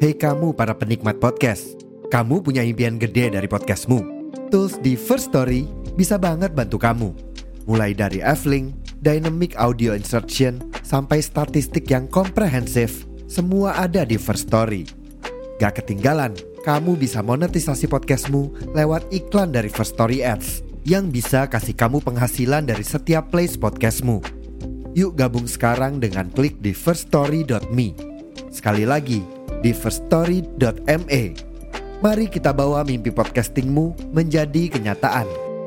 Hei kamu para penikmat podcast, kamu punya impian gede dari podcastmu. Tools di First Story bisa banget bantu kamu. Mulai dari F-Link, Dynamic Audio Insertion, sampai statistik yang komprehensif, semua ada di First Story. Gak ketinggalan, kamu bisa monetisasi podcastmu lewat iklan dari First Story Ads yang bisa kasih kamu penghasilan dari setiap plays podcastmu. Yuk gabung sekarang dengan klik di firststory.me. Sekali lagi, di firststory.me. Mari kita bawa mimpi podcastingmu menjadi kenyataan.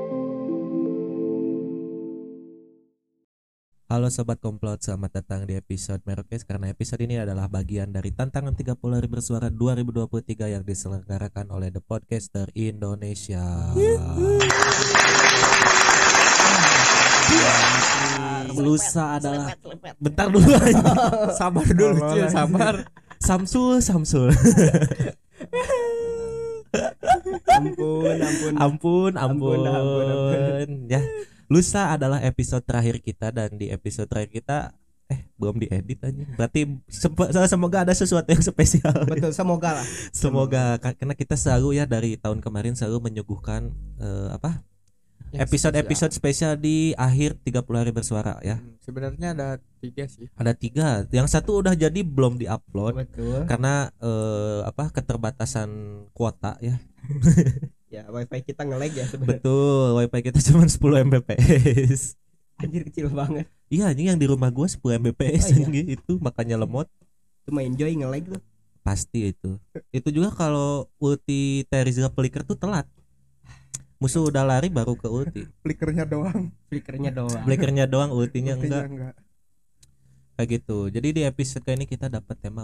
Halo Sobat Komplot, selamat datang di episode Merokes. Karena episode ini adalah bagian dari Tantangan 30 Hari Bersuara 2023 yang diselenggarakan oleh The Podcaster Indonesia. Lusa adalah bentar dulu aja. Sabar dulu, Cil, sabar. Samsul. Ampun. Ya, lusa adalah episode terakhir kita dan di episode terakhir kita belum diedit aja. Berarti semoga ada sesuatu yang spesial. Betul, semoga lah. Semoga karena kita selalu ya dari tahun kemarin selalu menyuguhkan episode spesial di akhir 30 hari bersuara ya. Sebenarnya ada 3 sih. Ada 3. Yang satu udah jadi belum diupload. Betul. Karena keterbatasan kuota ya. Ya, wifi kita nge-lag ya sebenarnya. Betul, wifi kita cuma 10 Mbps. Anjir, kecil banget. Iya, ini yang di rumah gua 10 Mbps itu makanya lemot. Cuma enjoy nge-lag tuh. Pasti itu. Itu juga kalau ulti Terizla Flicker tuh telat. Musuh udah lari baru ke ulti. Flickernya doang, ultinya enggak. Kayak gitu. Jadi di episode kali ini kita dapat tema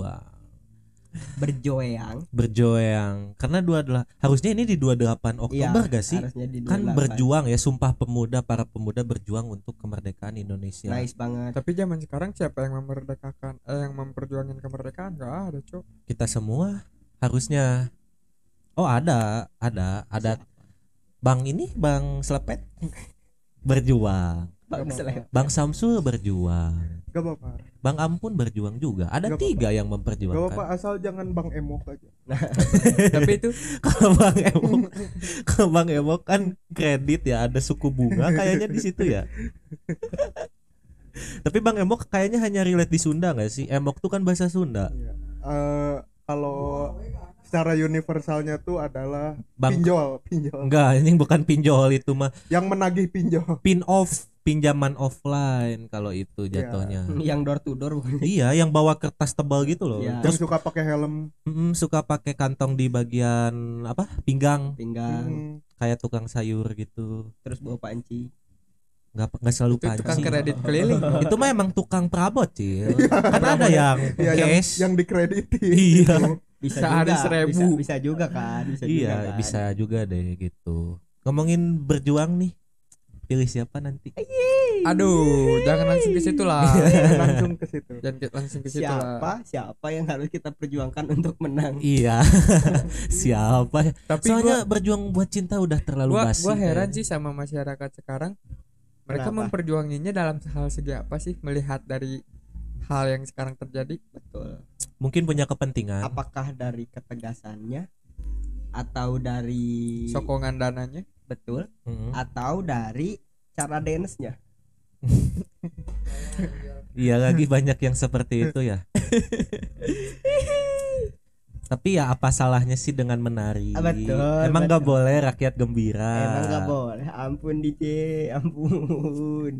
berjuang. Karena harusnya ini di 28 Oktober gak sih? Kan berjuang ya, Sumpah Pemuda, para pemuda berjuang untuk kemerdekaan Indonesia. Nice banget. Tapi zaman sekarang siapa yang yang memperjuangkan kemerdekaan? Gak ada, Cok. Kita semua harusnya. Oh, ada. Bang Selepet berjuang. Bang Samsul berjuang. Gak apa-apa. Bang Ampun berjuang juga. Ada 3 yang memperjuangkan. Gak apa-apa, asal jangan Bang Emok aja. Tapi itu kalau Bang Emok kan kredit ya, ada suku bunga kayaknya di situ ya. Tapi Bang Emok kayaknya hanya relate di Sunda nggak sih? Emok tuh kan bahasa Sunda. Iya. Kalau secara universalnya tuh adalah pinjol. Enggak, ini bukan pinjol itu mah. Yang menagih pinjol. Pinjaman offline kalau itu jatuhnya. Yang door to door. Iya, yang bawa kertas tebal gitu loh. Ya. Terus suka pakai helm. Suka pakai kantong di bagian pinggang. Kayak tukang sayur gitu. Terus bawa panci. Enggak selalu itu panci. Tukang kredit keliling. Itu mah emang tukang perabot, Cil. Kan ada yang cash yang dikrediti. Iya. Bisa sehari juga, 1.000. bisa juga kan. Bisa juga deh gitu. Ngomongin berjuang nih, pilih siapa nanti? Aduh, jangan langsung ke situ lah. Langsung ke situ lah. Siapa yang harus kita perjuangkan untuk menang? Iya. Siapa? Tapi soalnya berjuang buat cinta udah terlalu basi. Gua heran sih sama masyarakat sekarang. Mereka Kenapa? memperjuanginya dalam hal segi apa sih, melihat dari hal yang sekarang terjadi? Betul. Mungkin punya kepentingan. Apakah dari ketegasannya atau dari Sokongan dananya? Betul. Atau dari cara dance-nya? Iya, lagi banyak yang seperti itu ya. Tapi ya apa salahnya sih dengan menari? Betul. Emang nggak boleh rakyat gembira? Emang nggak boleh. Ampun DJ, ampun.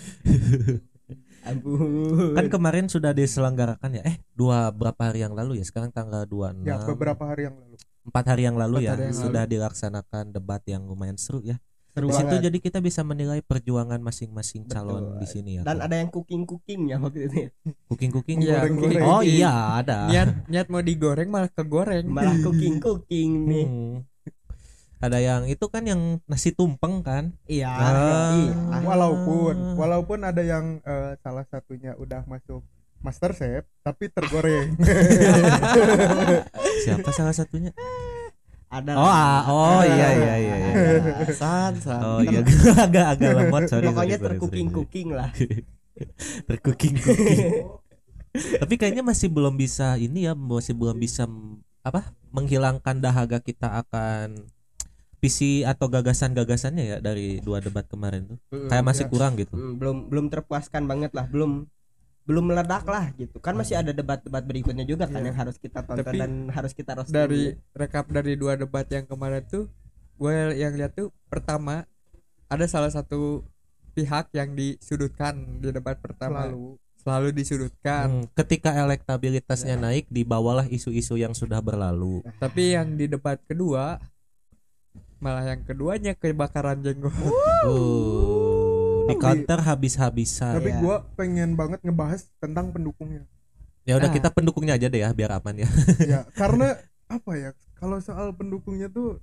Kan kemarin sudah diselenggarakan ya. Berapa hari yang lalu ya? Sekarang tanggal 26. Ya, beberapa hari yang lalu. 4 hari yang lalu sudah dilaksanakan debat yang lumayan seru ya. Di situ jadi kita bisa menilai perjuangan masing-masing calon di sini ya. Dan ada yang cooking-cookingnya waktu itu. Cooking. Ya, oh iya, ada. Niat mau digoreng malah kegoreng. Malah cooking nih. Ada yang itu kan yang nasi tumpeng kan? Iya. Walaupun ada yang salah satunya udah masuk MasterChef tapi tergoreng. Siapa salah satunya? Ada. Iya. Oh iya, agak lemot, sorry. Pokoknya tercooking lah. Tercooking. Tapi kayaknya masih belum bisa ini ya, masih belum bisa menghilangkan dahaga kita akan visi atau gagasan-gagasannya ya dari 2 debat kemarin tuh. Kayak masih kurang gitu. Belum terpuaskan banget lah, belum meledak lah gitu kan. Masih ada debat-debat berikutnya juga kan yang harus kita tonton. Tapi dan harus kita roasting. Dari rekap dari 2 debat yang kemarin tuh, gue yang lihat tuh pertama ada salah satu pihak yang disudutkan di debat pertama, selalu disudutkan. Ketika elektabilitasnya naik, dibawalah isu-isu yang sudah berlalu. Tapi yang di debat kedua, malah yang keduanya kebakaran jenggot. Di counter habis-habisan. Tapi gue pengen banget ngebahas tentang pendukungnya. Ya udah kita pendukungnya aja deh ya biar aman ya. Ya karena apa ya, kalau soal pendukungnya tuh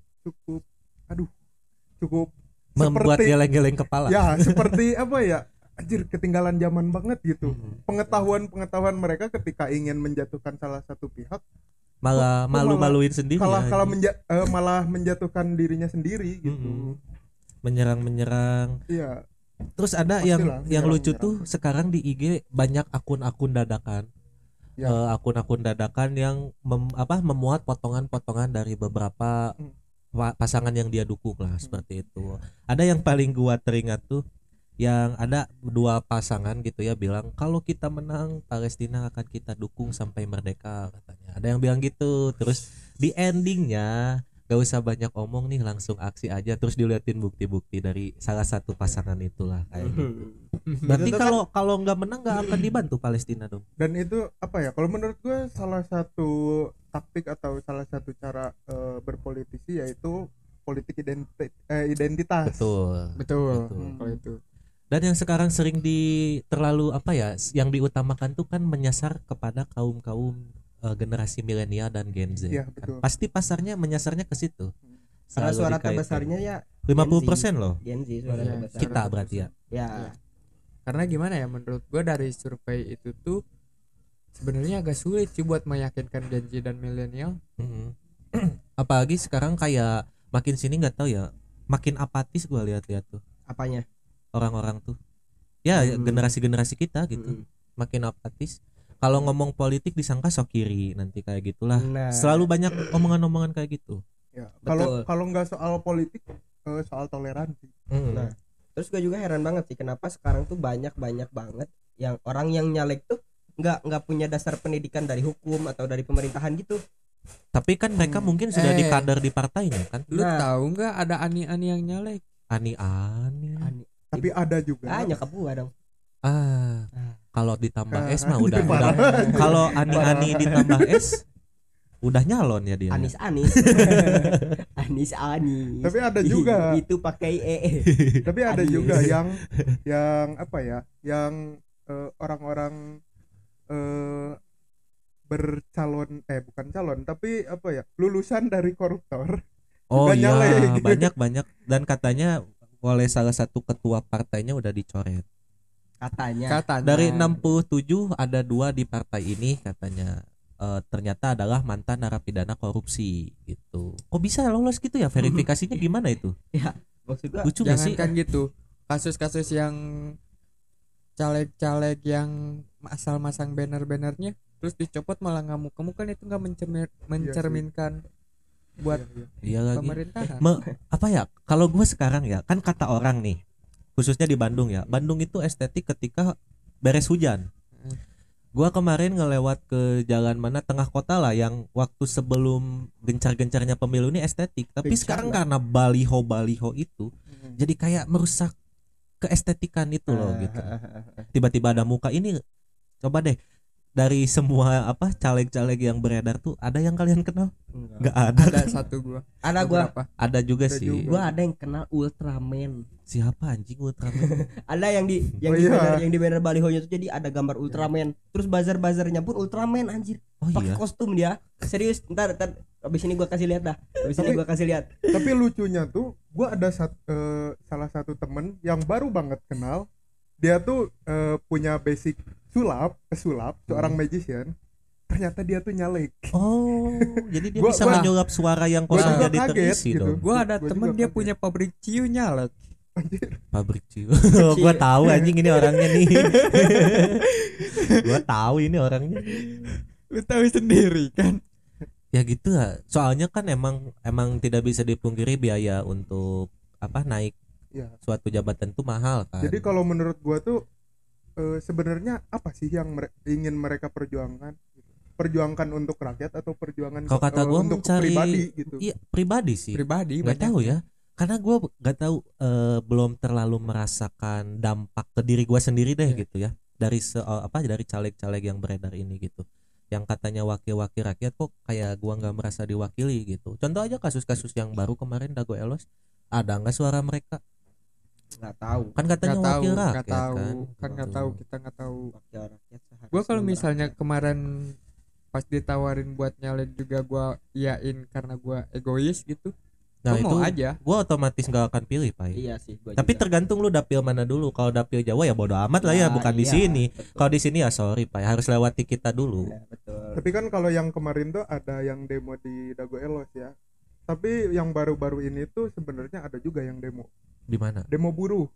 cukup membuat seperti, geleng-geleng kepala. Ya seperti apa ya, anjir ketinggalan zaman banget gitu. Pengetahuan mereka ketika ingin menjatuhkan salah satu pihak malah malu-maluin sendiri. Malah menjatuhkan dirinya sendiri gitu. Menyerang. Iya. Terus ada yang lucu tuh sekarang di IG banyak akun-akun dadakan. Ya. Akun-akun dadakan yang memuat potongan-potongan dari beberapa pasangan yang dia dukung lah, seperti itu. Ada yang paling gua teringat tuh yang ada 2 pasangan gitu ya bilang kalau kita menang Palestina akan kita dukung sampai merdeka katanya. Ada yang bilang gitu. Terus di endingnya gak usah banyak omong nih, langsung aksi aja, terus diliatin bukti-bukti dari salah satu pasangan itulah kayak gitu. Berarti kalau nggak menang nggak akan dibantu Palestina dong. Dan itu apa ya? Kalau menurut gue salah satu taktik atau salah satu cara berpolitisi yaitu politik identitas. Betul. Kalau itu. Dan yang sekarang sering terlalu yang diutamakan tuh kan menyasar kepada kaum generasi milenial dan Gen Z. Ya, kan pasti pasarnya menyasarnya ke situ. Karena suara terbesarnya ya 50% loh. Gen Z suara terbesar. Kita berarti ya. Ya. Karena gimana ya, menurut gue dari survei itu tuh sebenarnya agak sulit sih buat meyakinkan Gen Z dan milenial. Apalagi sekarang kayak makin sini nggak tahu ya, makin apatis gue lihat-lihat tuh. Apanya? Orang-orang tuh. Ya generasi-generasi kita gitu. Makin apatis. Kalau ngomong politik disangka sok kiri nanti kayak gitulah. Nah. Selalu banyak omongan-omongan kayak gitu. Ya, kalau nggak soal politik, soal toleransi. Nah, terus gue juga heran banget sih kenapa sekarang tuh banyak banget yang orang yang nyalek tuh nggak punya dasar pendidikan dari hukum atau dari pemerintahan gitu. Tapi kan mereka mungkin sudah di kader di partainya kan. Lu tahu nggak ada ani-ani yang nyalek? Ani-ani. Tapi ada juga. Nyokap gua dong. Kalau ditambah S mah udah. Kalau ani-ani ditambah S udah nyalon ya dia. Anis. Tapi ada juga. Itu pakai Tapi ada juga yang apa ya? Yang orang-orang bercalon bukan calon tapi apa ya? Lulusan dari koruptor. Oh iya, banyak dan katanya oleh salah satu ketua partainya udah dicoret. Katanya. Dari 67 ada 2 di partai ini katanya ternyata adalah mantan narapidana korupsi gitu. Kok bisa lolos gitu ya? Verifikasinya gimana itu? Ya, maksudnya lucu gak sih? Jangan kan gitu. Kasus-kasus yang caleg-caleg yang asal masang banner-bannernya terus dicopot malah ngamuk-ngamuk, kan itu nggak mencerminkan buat pemerintahan. Apa ya? Kalau gue sekarang ya kan kata orang nih, khususnya di Bandung ya. Bandung itu estetik ketika beres hujan. Gua kemarin ngelewat ke jalan mana tengah kota lah yang waktu sebelum gencar-gencarnya pemilu ini estetik. Tapi sekarang karena baliho itu jadi kayak merusak keestetikan itu loh gitu. Tiba-tiba ada muka ini, coba deh dari semua caleg-caleg yang beredar tuh ada yang kalian kenal? Enggak ada. Ada kan? Satu gua. Ada juga sih. Gua ada yang kenal Ultraman. Siapa anjing Ultraman? Ada yang di banner balihonya tuh jadi ada gambar Ultraman. Terus bazar-bazarnya pun Ultraman anjir. Pakai kostum dia. Serius, ntar abis ini gua kasih lihat dah. Tapi lucunya tuh gua ada salah satu temen yang baru banget kenal. Dia tuh punya basic pesulap, seorang magician. Ternyata dia tuh nyalek. Oh, jadi dia bisa menyulap suara yang kosong jadi terisi gitu. dong. Gua ada temen dia punya pabrik ciu nyalek. Anjir. Pabrik Ciu. Gua tahu anjing ini orangnya nih. Gua tahu ini orangnya. Lu tahu sendiri kan. Ya gitu lah. Soalnya kan emang tidak bisa dipungkiri biaya untuk naik Ya. suatu jabatan tuh mahal kan. Jadi kalau menurut gua tuh sebenarnya apa sih yang ingin mereka perjuangkan? Perjuangkan untuk rakyat atau perjuangan kalau kata gua untuk mencari pribadi gitu? Iya, pribadi sih. Pribadi Nggak banyak. tahu ya. Karena gua nggak tahu belum terlalu merasakan dampak ke diri gua sendiri deh gitu ya. Dari dari caleg-caleg yang beredar ini gitu. Yang katanya wakil-wakil rakyat kok kayak gua nggak merasa diwakili gitu. Contoh aja kasus-kasus yang baru kemarin Dago Elos, ada nggak suara mereka? Nggak tahu. Kan katanya Nggak tahu, wakil nggak rakyat tahu. kan. Nggak tahu, kita nggak tahu. Wakil rakyat seharusnya Gua kalau misalnya merakyat. kemarin pas ditawarin buat nyalek juga gua iyain karena gua egois gitu. Nah Gua itu mau aja. gua otomatis nggak akan pilih Pai. Iya sih gua Tapi juga. tergantung lu dapil mana dulu. Kalau dapil Jawa ya bodo amat lah ya, Nah, bukan di iya, sini. betul. Kalau di sini ya sorry Pai, harus lewati kita dulu. Ya, betul. Tapi kan kalau yang kemarin tuh ada yang demo di Dago Elos ya. Tapi yang baru-baru ini tuh sebenarnya ada juga yang demo. Di mana? Demo buruh.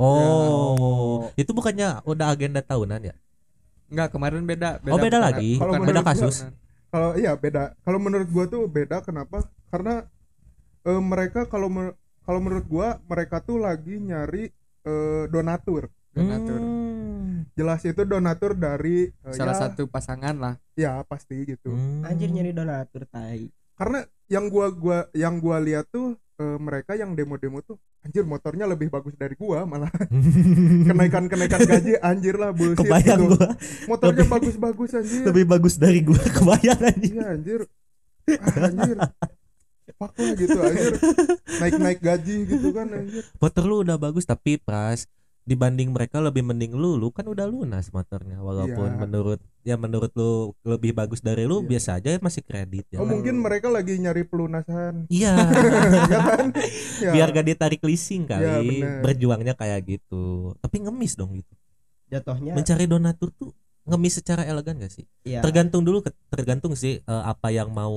Oh, itu bukannya udah agenda tahunan ya? Enggak, kemarin beda. Oh, beda bukan- lagi? Kalau bukan beda beda kasus? Kalau iya beda. Kalau menurut gua tuh beda kenapa? Karena mereka kalau menurut gua mereka tuh lagi nyari donatur. Donatur. Jelas itu donatur dari Salah ya, satu pasangan lah. ya pasti gitu. Anjir nyari donatur tai. Karena yang gua lihat tuh mereka yang demo-demo tuh anjir motornya lebih bagus dari gua malah. kenaikan gaji anjir lah bullshit Kebayang gitu. gua Motornya lebih- bagus-bagus anjir. lebih bagus dari gua, kebayang anjing. Iya anjir. Anjir. Fuck lah gitu anjir. Naik gaji gitu kan anjir. Motor lu udah bagus tapi Pras, dibanding mereka lebih mending lu kan udah lunas motornya, walaupun Iya. menurut lu lebih bagus dari lu Iya. biasa aja masih kredit ya. Oh kan? mungkin mereka lagi nyari pelunasan. Iya. Ya kan? Ya. Biar gak ditarik leasing kali. Iya, bener. Berjuangnya kayak gitu. Tapi ngemis dong gitu. Jatuhnya Mencari donatur tuh ngemis secara elegan gak sih? ya. Tergantung sih apa yang mau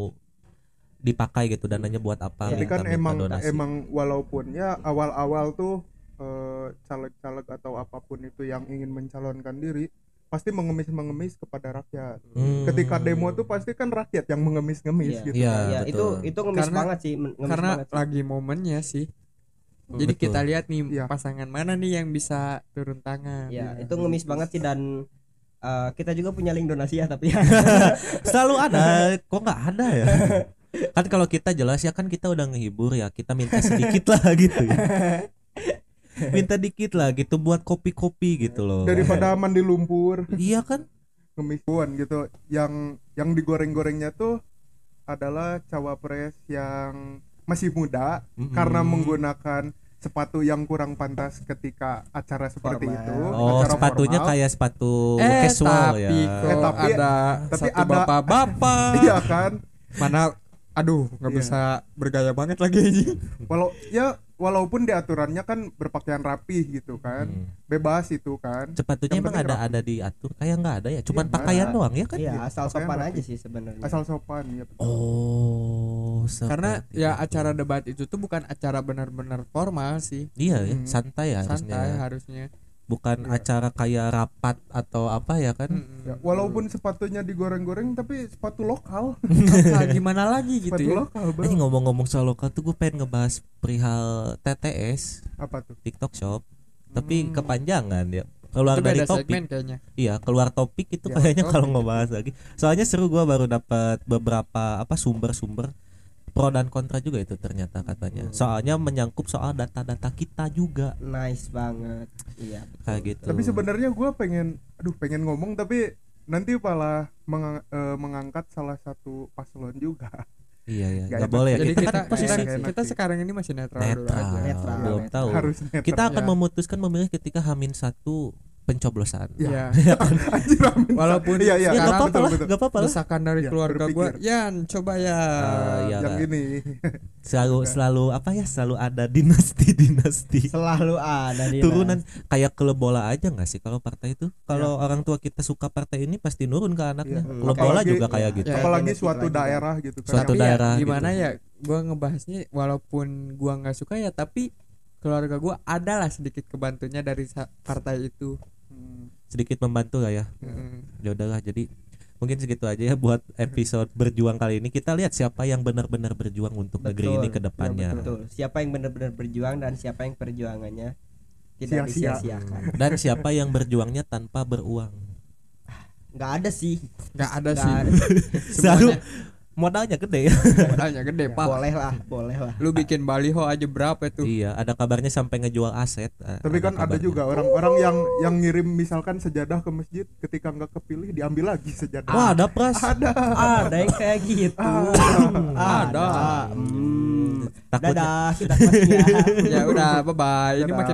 dipakai gitu, dananya buat apa. Tapi kan minta donasi. emang walaupun ya awal-awal tuh caleg-caleg atau apapun itu yang ingin mencalonkan diri pasti mengemis kepada rakyat. Ketika demo tuh pasti kan rakyat yang mengemis-ngemis Iya. gitu. Iya, Ya, betul. itu ngemis Karena- banget sih, ngemis Karena banget sih. lagi momennya sih. Jadi Betul. kita lihat nih Iya. pasangan mana nih yang bisa turun tangan. Ya, itu ngemis banget sih dan kita juga punya link donasi ya tapi Selalu ada, kok nggak ada ya? Kan kalau kita jelas ya kan kita udah ngehibur ya, kita minta sedikit lah gitu ya. Minta dikit lah gitu buat kopi-kopi gitu loh. Daripada mandi lumpur, Iya kan? ngemisuan gitu. Yang digoreng-gorengnya tuh adalah cawapres yang masih muda karena menggunakan sepatu yang kurang pantas ketika acara seperti Formal. itu. Oh, acara sepatunya formal. kayak sepatu casual ya. tapi kok tapi ada tapi satu ada- bapak-bapak. Iya kan? Mana aduh nggak Iya. bisa bergaya banget lagi anjing. Walaupun di aturannya kan berpakaian rapih gitu kan. Bebas itu kan. Sepatunya Yang emang penting ada diatur, kayak nggak ada ya, cuman Iya, pakaian nggak. doang ya kan? iya asal Pakaian sopan rapi. aja sih sebenarnya. Asal sopan ya. betul. Oh, Karena seperti ya itu. acara debat itu tuh bukan acara benar-benar formal sih. Iya ya, Hmm. santai ya harusnya. Santai harusnya. Bukan Iya. acara kayak rapat atau apa ya kan? Ya, walaupun sepatunya digoreng-goreng tapi sepatu lokal. Lokal, gimana lagi gitu Sepatu ya. lokal, Bro. Ini ngomong-ngomong soal lokal tuh gue pengen ngebahas perihal TTS Apa tuh? TikTok Shop, tapi kepanjangan ya. Keluar Itu dari beda topik. segmen kayaknya. Iya, keluar topik itu Ya, kayaknya kalau topik. ngebahas lagi. Soalnya seru, gua baru dapat beberapa sumber-sumber pro dan kontra juga itu ternyata katanya. Soalnya menyangkut soal data-data kita juga Nice banget. Iya. betul. kayak gitu. Tapi sebenarnya gue pengen ngomong tapi nanti malah mengangkat salah satu paslon juga. iya ya, Nggak nggak enak. boleh ya. Jadi kita, kita kan posisi nggak enak kita sih. sekarang ini masih netral dulu netral, aja. Netral. belum tahu. Harus netral. Kita akan Ya. memutuskan memilih ketika H-1 pencoblosan. Ya. Iya. Anjir, amin. Walaupun Iya, Ya iya. nggak sekarang apa-apa lah, betul. nggak apa-apa lah. desakan dari Ya, keluarga berpikir. gue, Yan coba ya. Iya yang kan. ini. Selalu selalu ada dinasti. Selalu ada di Turunan kayak klub bola aja nggak sih kalau partai itu? Kalau orang tua kita suka partai ini pasti nurun ke anaknya. Iya. Klub bola Apalagi- juga kayak iya. gitu. Ya, Apalagi genetik suatu lagi, daerah gitu kan. Suatu Tapi ya, daerah gimana gitu. ya gue ngebahasnya walaupun gue nggak suka ya tapi keluarga gue adalah sedikit kebantunya dari partai itu. Sedikit membantu lah ya. Ya udahlah, jadi mungkin segitu aja ya buat episode berjuang kali ini. Kita lihat siapa yang benar-benar berjuang untuk negeri ini ke depannya. Betul. Siapa yang benar-benar berjuang dan siapa yang perjuangannya tidak disia-siakan. Dan siapa yang berjuangnya tanpa beruang. Nggak ada sih. Selalu modalnya gede ya. Modalnya gede, Pak. Boleh lah. Lu bikin baliho aja berapa tuh? Iya, ada kabarnya sampai ngejual aset. Tapi kan ada juga orang-orang yang ngirim misalkan sejadah ke masjid, ketika nggak kepilih diambil lagi sejadah. Wah, ada pras. Ada yang kayak gitu. Ada. Takutnya. Dadah, kita kelasnya. Ya udah, bye bye. Ini makin